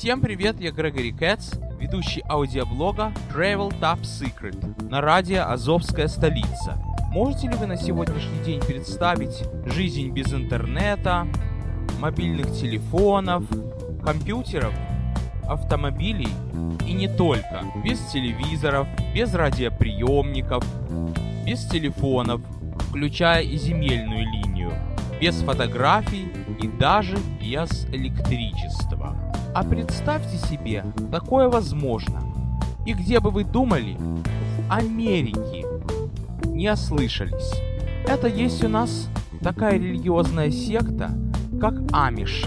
Всем привет, я Грегори Кэтс, ведущий аудиоблога Travel Top Secret на радио «Азовская столица». Можете ли вы на сегодняшний день представить жизнь без интернета, мобильных телефонов, компьютеров, автомобилей и не только, без телевизоров, без радиоприемников, без телефонов, включая и земельную линию, без фотографий и даже без электричества? А представьте себе, такое возможно. И где бы вы думали? В Америке. Не ослышались. Это есть у нас такая религиозная секта, как амиши.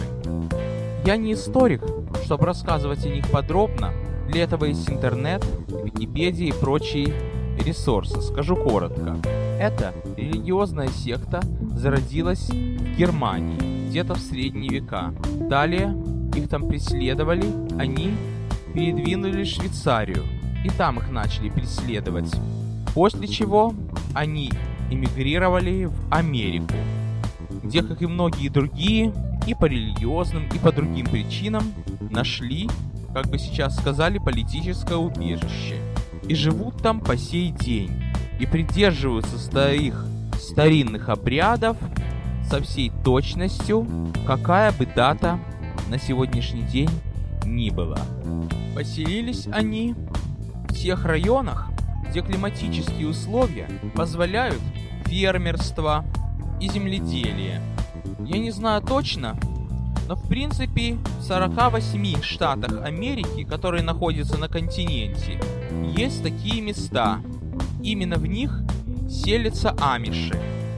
Я не историк, чтобы рассказывать о них подробно. Для этого есть интернет, Википедия и прочие ресурсы. Скажу коротко. Эта религиозная секта зародилась в Германии, где-то в средние века. Далее их там преследовали, они передвинули в Швейцарию, и там их начали преследовать. После чего они эмигрировали в Америку, где, как и многие другие, и по религиозным, и по другим причинам, нашли, как бы сейчас сказали, политическое убежище. И живут там по сей день, и придерживаются своих старинных обрядов со всей точностью, какая бы дата на сегодняшний день ни было. Поселились они в тех районах, где климатические условия позволяют фермерство и земледелие. Я не знаю точно, но в принципе в 48 штатах Америки, которые находятся на континенте, есть такие места. Именно в них селятся амиши.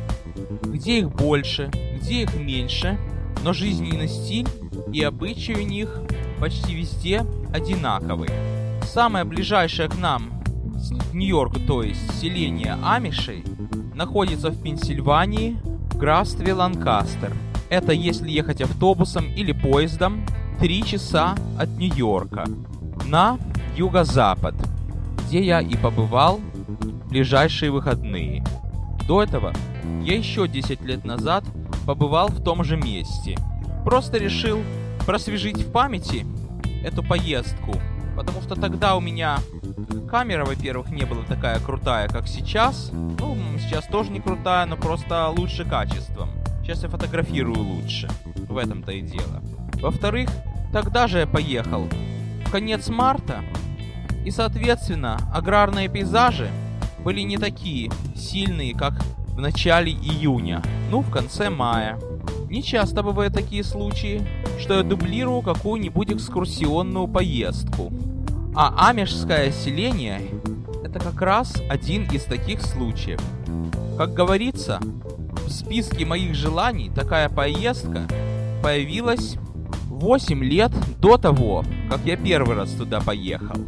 Где их больше, где их меньше, но жизненный стиль и обычаи у них почти везде одинаковые. Самое ближайшее к нам, к Нью-Йорку, то есть селение амишей, находится в Пенсильвании, в графстве Ланкастер. Это если ехать автобусом или поездом 3 часа от Нью-Йорка на юго-запад, где я и побывал в ближайшие выходные. До этого я еще 10 лет назад побывал в том же месте. Просто решил просвежить в памяти эту поездку, потому что тогда у меня камера, во-первых, не была такая крутая, как сейчас. Ну, сейчас тоже не крутая, но просто лучше качеством. Сейчас я фотографирую лучше. В этом-то и дело. Во-вторых, тогда же я поехал в конец марта, и, соответственно, аграрные пейзажи были не такие сильные, как в начале июня, ну, в конце мая. Не часто бывают такие случаи, что я дублирую какую-нибудь экскурсионную поездку. А амишское селение – это как раз один из таких случаев. Как говорится, в списке моих желаний такая поездка появилась 8 лет до того, как я первый раз туда поехал.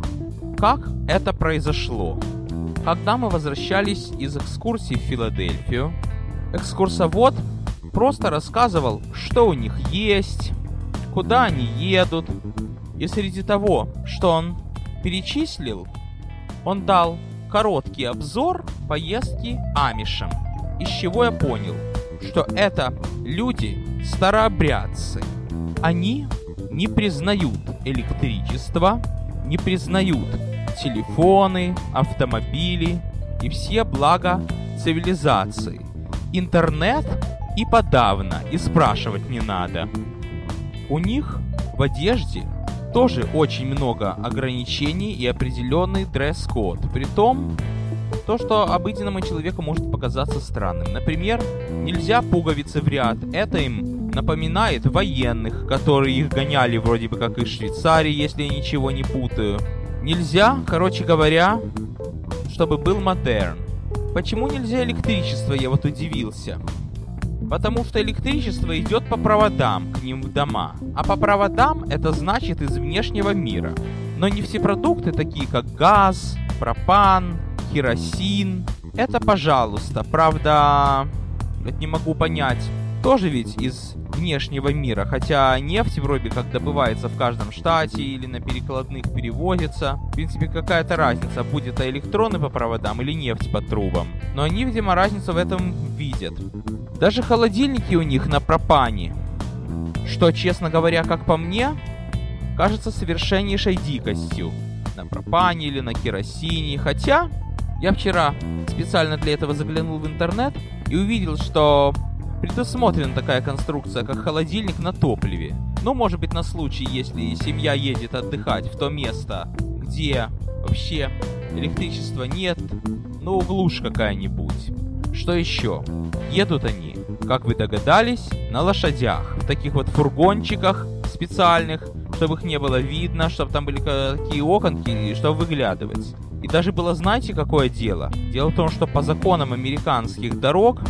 Как это произошло? Когда мы возвращались из экскурсии в Филадельфию, экскурсовод просто рассказывал, что у них есть, куда они едут. И среди того, что он перечислил, он дал короткий обзор поездки амишам. Из чего я понял, что это люди старообрядцы. Они не признают электричество, не признают телефоны, автомобили и все блага цивилизации. Интернет и подавно, и спрашивать не надо. У них в одежде тоже очень много ограничений и определенный дресс-код. Притом, то, что обыденному человеку может показаться странным. Например, нельзя пуговицы в ряд. Это им напоминает военных, которые их гоняли вроде бы как из Швейцарии, если я ничего не путаю. Нельзя, короче говоря, чтобы был модерн. Почему нельзя электричество, я вот удивился. Потому что электричество идет по проводам к ним в дома. А по проводам это значит из внешнего мира. Но не все продукты, такие как газ, пропан, керосин, это пожалуйста. Правда, не могу понять, тоже ведь из внешнего мира. Хотя нефть вроде как добывается в каждом штате или на перекладных перевозится. В принципе, какая-то разница, будет это электроны по проводам или нефть по трубам. Но они, видимо, разницу в этом видят. Даже холодильники у них на пропане. Что, честно говоря, как по мне, кажется совершеннейшей дикостью. На пропане или на керосине. Хотя, я вчера специально для этого заглянул в интернет и увидел, что предусмотрена такая конструкция, как холодильник на топливе. Ну, может быть, на случай, если семья едет отдыхать в то место, где вообще электричества нет, ну, глушь какая-нибудь. Что еще? Едут они, как вы догадались, на лошадях. В таких вот фургончиках специальных, чтобы их не было видно, чтобы там были такие оконки, чтобы выглядывать. И даже было, знаете, какое дело? Дело в том, что по законам американских дорог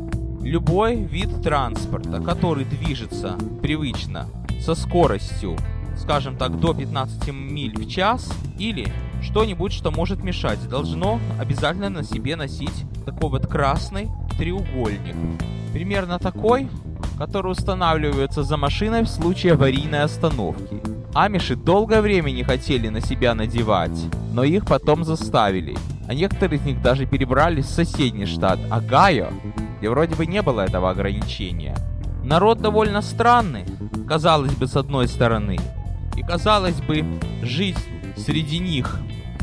любой вид транспорта, который движется привычно со скоростью, скажем так, до 15 миль в час, или что-нибудь, что может мешать, должно обязательно на себе носить такой вот красный треугольник. Примерно такой, который устанавливается за машиной в случае аварийной остановки. Амиши долгое время не хотели на себя надевать, но их потом заставили. А некоторые из них даже перебрались в соседний штат Огайо, где вроде бы не было этого ограничения. Народ довольно странный, казалось бы, с одной стороны. И казалось бы, жизнь среди них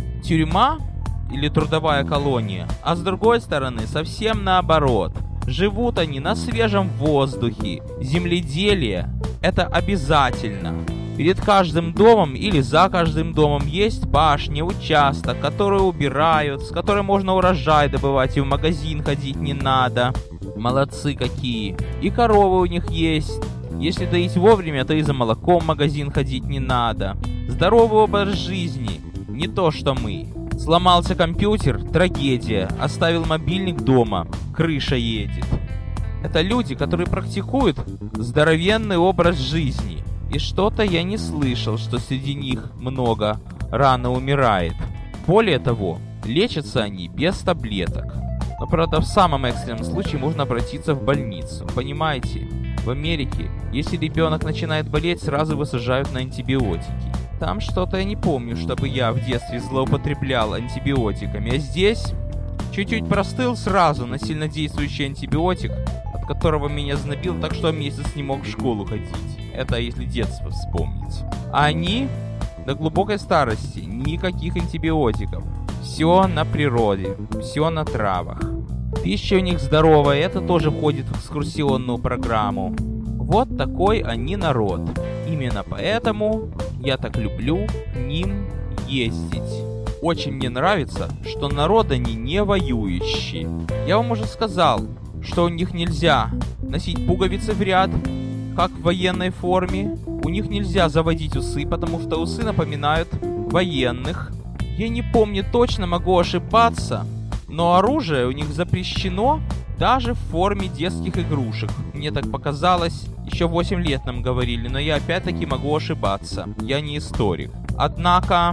тюрьма или трудовая колония, а с другой стороны совсем наоборот. Живут они на свежем воздухе, земледелие – это обязательно. Перед каждым домом или за каждым домом есть башня, участок, который убирают, с которой можно урожай добывать, и в магазин ходить не надо. Молодцы какие. И коровы у них есть. Если доить вовремя, то и за молоком в магазин ходить не надо. Здоровый образ жизни. Не то, что мы. Сломался компьютер – трагедия. Оставил мобильник дома – крыша едет. Это люди, которые практикуют здоровенный образ жизни. И что-то я не слышал, что среди них много рано умирает. Более того, лечатся они без таблеток. Но, правда, в самом экстренном случае можно обратиться в больницу. Понимаете? В Америке, если ребенок начинает болеть, сразу высажают на антибиотики. Там что-то я не помню, чтобы я в детстве злоупотреблял антибиотиками. А здесь чуть-чуть простыл сразу на сильнодействующий антибиотик, от которого меня знобило так, что месяц не мог в школу ходить. Это если детство вспомнить. А они до глубокой старости никаких антибиотиков. Все на природе, все на травах. Пища у них здоровая, это тоже входит в экскурсионную программу. Вот такой они народ. Именно поэтому я так люблю к ним ездить. Очень мне нравится, что народ они не воюющие. Я вам уже сказал, что у них нельзя носить пуговицы в ряд, как в военной форме. У них нельзя заводить усы, потому что усы напоминают военных. Я не помню точно, могу ошибаться, но оружие у них запрещено даже в форме детских игрушек. Мне так показалось, еще 8 лет нам говорили, но я опять-таки могу ошибаться. Я не историк. Однако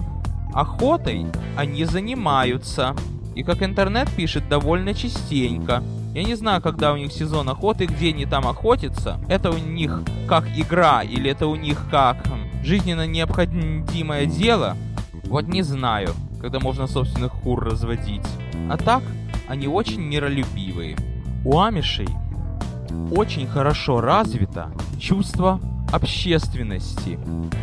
охотой они занимаются. И как интернет пишет, довольно частенько. Я не знаю, когда у них сезон охоты, где они там охотятся. Это у них как игра или это у них как жизненно необходимое дело. Вот не знаю, когда можно собственных кур разводить. А так, они очень миролюбивые. У амишей очень хорошо развито чувство общественности.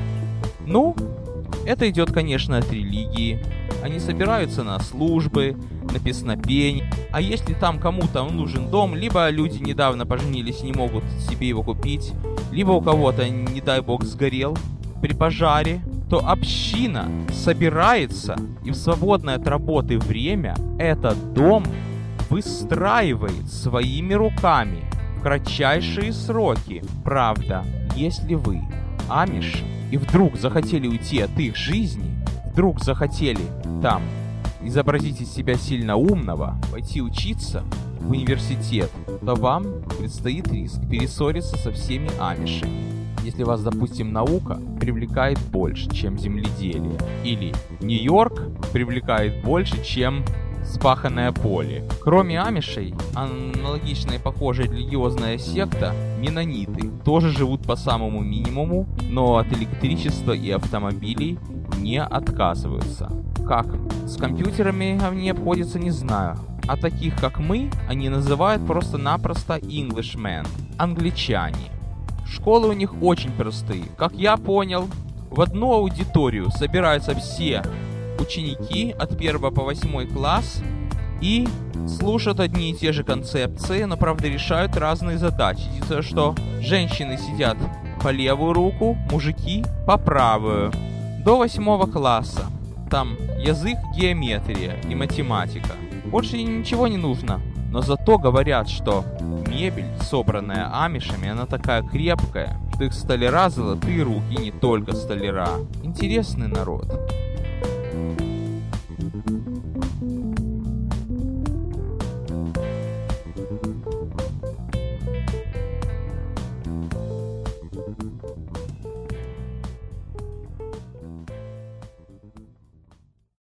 Ну, это идет, конечно, от религии. Они собираются на службы, на песнопения. А если там кому-то нужен дом, либо люди недавно поженились и не могут себе его купить, либо у кого-то, не дай бог, сгорел при пожаре, то община собирается и в свободное от работы время этот дом выстраивает своими руками в кратчайшие сроки. Правда, если вы амиш и вдруг захотели уйти от их жизни, вдруг захотели там изобразить из себя сильно умного, пойти учиться в университет, то вам предстоит риск перессориться со всеми амишами. Если вас, допустим, наука привлекает больше, чем земледелие, или Нью-Йорк привлекает больше, чем спаханное поле. Кроме амишей, аналогичная и похожая религиозная секта, меннониты, тоже живут по самому минимуму, но от электричества и автомобилей не отказываются. Как с компьютерами они обходятся, не знаю. А таких, как мы, они называют просто-напросто Englishmen, англичане. Школы у них очень простые. Как я понял, В одну аудиторию собираются все ученики от 1 по 8 класс и слушают одни и те же концепции, но, правда, решают разные задачи. Единственное, что женщины сидят по левую руку, мужики по правую. До 8 класса. Там язык, геометрия и математика. Больше ничего не нужно. Но зато говорят, что мебель, собранная амишами, она такая крепкая, что их столяра золотые руки, и не только столяра. Интересный народ.